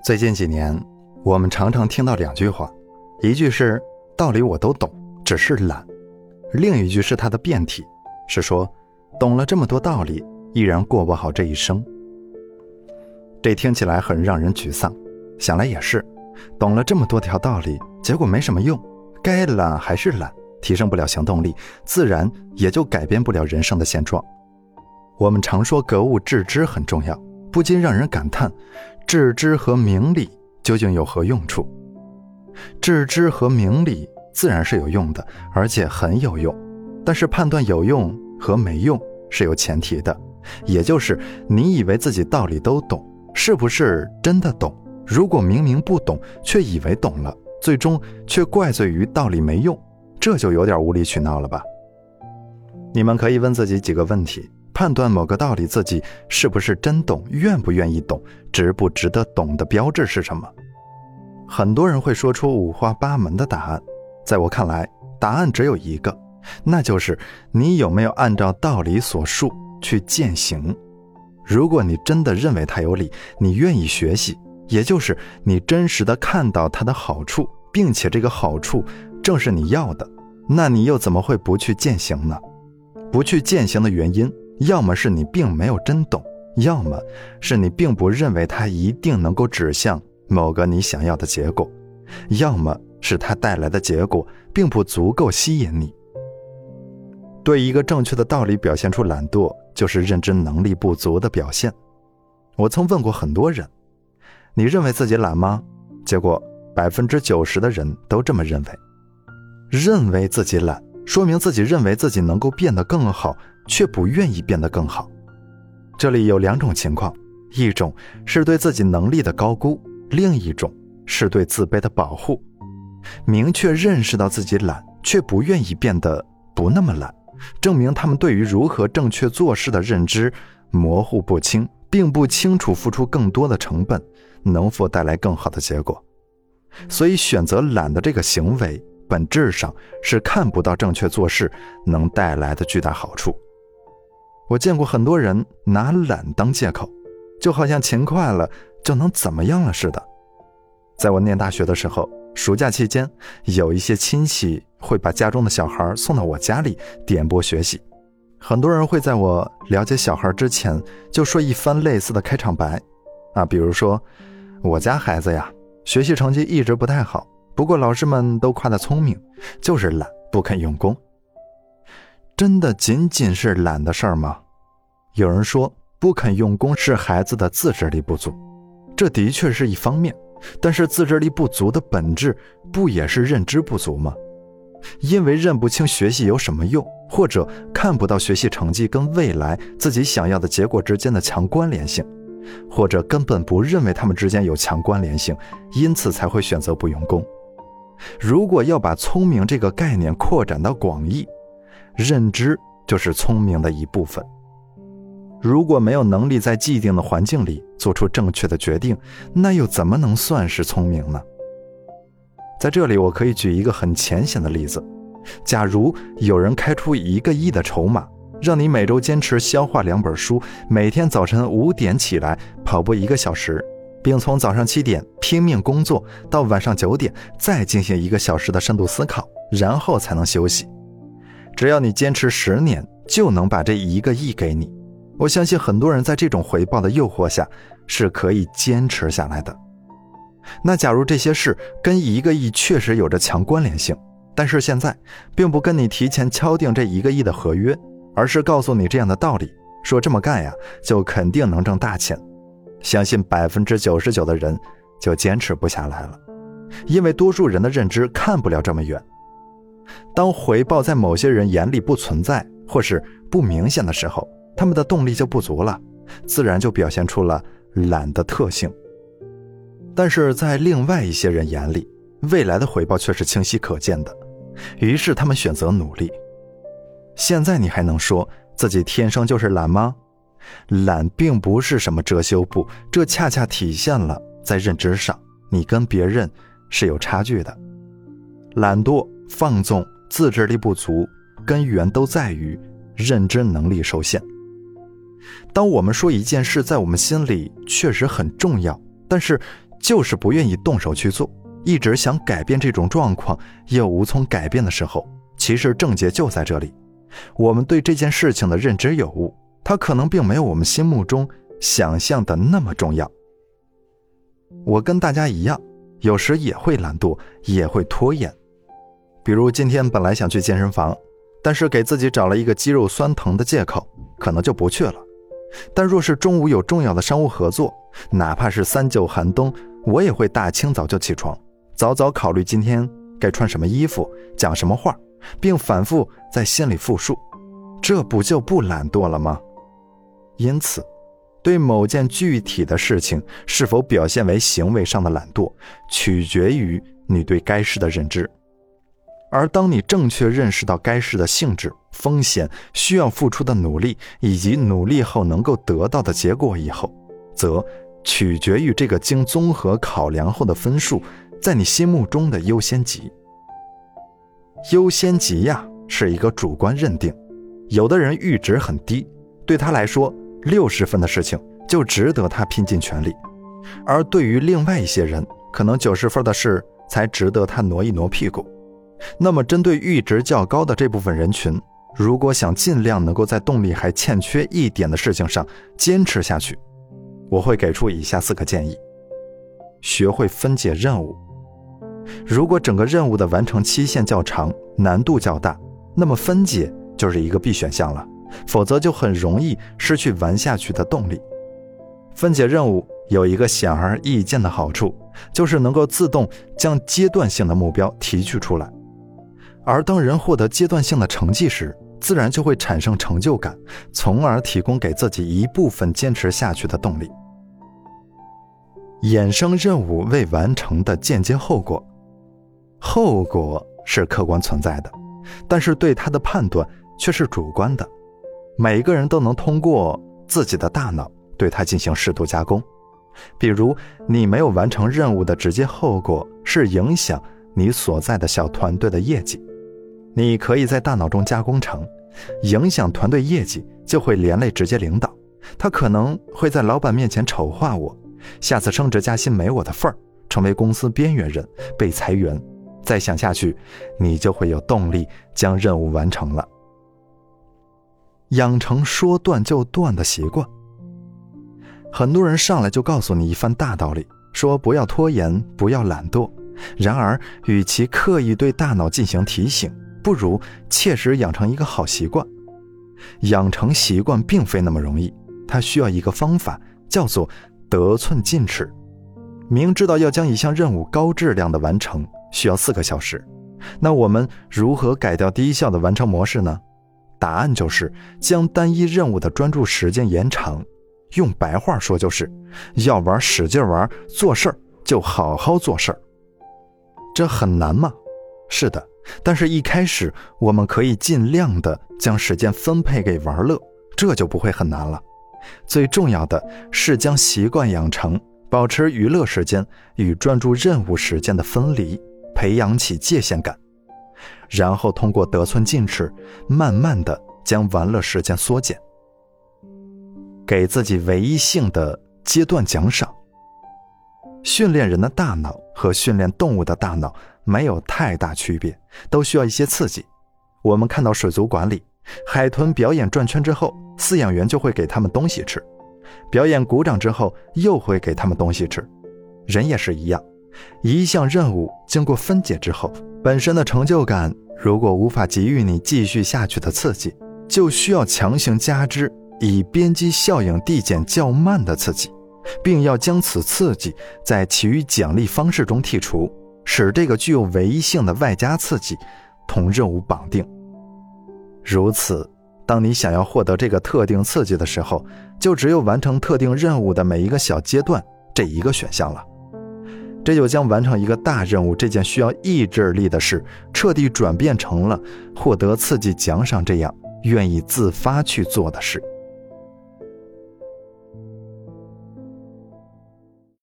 最近几年，我们常常听到两句话，一句是道理我都懂，只是懒，另一句是它的变体，是说懂了这么多道理，依然过不好这一生。这听起来很让人沮丧，想来也是，懂了这么多条道理，结果没什么用，该懒还是懒，提升不了行动力，自然也就改变不了人生的现状。我们常说格物致知很重要，不禁让人感叹，致知和明理究竟有何用处？致知和明理自然是有用的，而且很有用，但是判断有用和没用是有前提的，也就是你以为自己道理都懂，是不是真的懂？如果明明不懂，却以为懂了，最终却怪罪于道理没用，这就有点无理取闹了吧？你们可以问自己几个问题，判断某个道理自己是不是真懂，愿不愿意懂，值不值得懂的标志是什么？很多人会说出五花八门的答案，在我看来，答案只有一个，那就是你有没有按照道理所述去践行。如果你真的认为它有理，你愿意学习，也就是你真实的看到它的好处，并且这个好处正是你要的，那你又怎么会不去践行呢？不去践行的原因，要么是你并没有真懂，要么是你并不认为它一定能够指向某个你想要的结果，要么是它带来的结果并不足够吸引你。对一个正确的道理表现出懒惰，就是认知能力不足的表现。我曾问过很多人，你认为自己懒吗？结果90%的人都这么认为。认为自己懒，说明自己认为自己能够变得更好，却不愿意变得更好。这里有两种情况，一种是对自己能力的高估，另一种是对自卑的保护。明确认识到自己懒，却不愿意变得不那么懒，证明他们对于如何正确做事的认知模糊不清，并不清楚付出更多的成本能否带来更好的结果。所以选择懒的这个行为，本质上是看不到正确做事能带来的巨大好处。我见过很多人拿懒当借口，就好像勤快了就能怎么样了似的。在我念大学的时候，暑假期间，有一些亲戚会把家中的小孩送到我家里点拨学习。很多人会在我了解小孩之前就说一番类似的开场白比如说，我家孩子呀，学习成绩一直不太好，不过老师们都夸他聪明，就是懒，不肯用功。真的仅仅是懒的事儿吗？有人说不肯用功是孩子的自制力不足，这的确是一方面，但是自制力不足的本质不也是认知不足吗？因为认不清学习有什么用，或者看不到学习成绩跟未来自己想要的结果之间的强关联性，或者根本不认为他们之间有强关联性，因此才会选择不用功。如果要把聪明这个概念扩展到广义，认知就是聪明的一部分。如果没有能力在既定的环境里做出正确的决定，那又怎么能算是聪明呢？在这里我可以举一个很浅显的例子，假如有人开出1个亿的筹码，让你每周坚持消化2本书，每天早晨5点起来跑步1个小时，并从早上7点拼命工作到晚上9点再进行1个小时的深度思考，然后才能休息。只要你坚持10年，就能把这1个亿给你。我相信很多人在这种回报的诱惑下是可以坚持下来的。那假如这些事跟1个亿确实有着强关联性，但是现在并不跟你提前敲定这1个亿的合约，而是告诉你这样的道理，说这么干呀就肯定能挣大钱，相信99%的人就坚持不下来了，因为多数人的认知看不了这么远。当回报在某些人眼里不存在或是不明显的时候，他们的动力就不足了，自然就表现出了懒的特性。但是在另外一些人眼里，未来的回报却是清晰可见的，于是他们选择努力。现在你还能说自己天生就是懒吗？懒并不是什么遮羞布，这恰恰体现了在认知上你跟别人是有差距的。懒惰、放纵、自制力不足，根源都在于认知能力受限。当我们说一件事在我们心里确实很重要，但是就是不愿意动手去做，一直想改变这种状况又无从改变的时候，其实症结就在这里。我们对这件事情的认知有误，它可能并没有我们心目中想象的那么重要。我跟大家一样，有时也会懒惰，也会拖延。比如今天本来想去健身房，但是给自己找了一个肌肉酸疼的借口，可能就不去了。但若是中午有重要的商务合作，哪怕是3-9寒冬，我也会大清早就起床，早早考虑今天该穿什么衣服，讲什么话，并反复在心里复述，这不就不懒惰了吗？因此，对某件具体的事情是否表现为行为上的懒惰，取决于你对该事的认知。而当你正确认识到该事的性质、风险、需要付出的努力以及努力后能够得到的结果以后，则取决于这个经综合考量后的分数在你心目中的优先级。优先级呀，是一个主观认定，有的人阈值很低，对他来说60分的事情就值得他拼尽全力，而对于另外一些人，可能90分的事才值得他挪一挪屁股。那么针对阈值较高的这部分人群，如果想尽量能够在动力还欠缺一点的事情上坚持下去，我会给出以下4个建议。学会分解任务。如果整个任务的完成期限较长，难度较大，那么分解就是一个必选项了，否则就很容易失去玩下去的动力。分解任务有一个显而易见的好处，就是能够自动将阶段性的目标提取出来。而当人获得阶段性的成绩时，自然就会产生成就感，从而提供给自己一部分坚持下去的动力。衍生任务未完成的间接后果。后果是客观存在的，但是对它的判断却是主观的。每个人都能通过自己的大脑对它进行适度加工。比如你没有完成任务的直接后果是影响你所在的小团队的业绩，你可以在大脑中加工成影响团队业绩就会连累直接领导，他可能会在老板面前丑化我，下次升职加薪没我的份儿，成为公司边缘人，被裁员。再想下去，你就会有动力将任务完成了。养成说断就断的习惯。很多人上来就告诉你一番大道理，说不要拖延，不要懒惰。然而与其刻意对大脑进行提醒，不如切实养成一个好习惯。养成习惯并非那么容易，它需要一个方法，叫做得寸进尺。明知道要将一项任务高质量的完成需要4个小时，那我们如何改掉低效的完成模式呢？答案就是将单一任务的专注时间延长。用白话说就是要玩使劲玩，做事儿就好好做事儿。这很难吗？是的，但是一开始我们可以尽量的将时间分配给玩乐，这就不会很难了。最重要的是将习惯养成，保持娱乐时间与专注任务时间的分离，培养起界限感，然后通过得寸进尺，慢慢的将玩乐时间缩减。给自己唯一性的阶段奖赏。训练人的大脑和训练动物的大脑没有太大区别，都需要一些刺激。我们看到水族馆里，海豚表演转圈之后，饲养员就会给他们东西吃，表演鼓掌之后又会给他们东西吃。人也是一样，一项任务经过分解之后，本身的成就感如果无法给予你继续下去的刺激，就需要强行加之以边际效应递减较慢的刺激，并要将此刺激在其余奖励方式中剔除，使这个具有唯一性的外加刺激同任务绑定。如此，当你想要获得这个特定刺激的时候，就只有完成特定任务的每一个小阶段这一个选项了。这就将完成一个大任务这件需要意志力的事，彻底转变成了获得刺激奖赏这样愿意自发去做的事。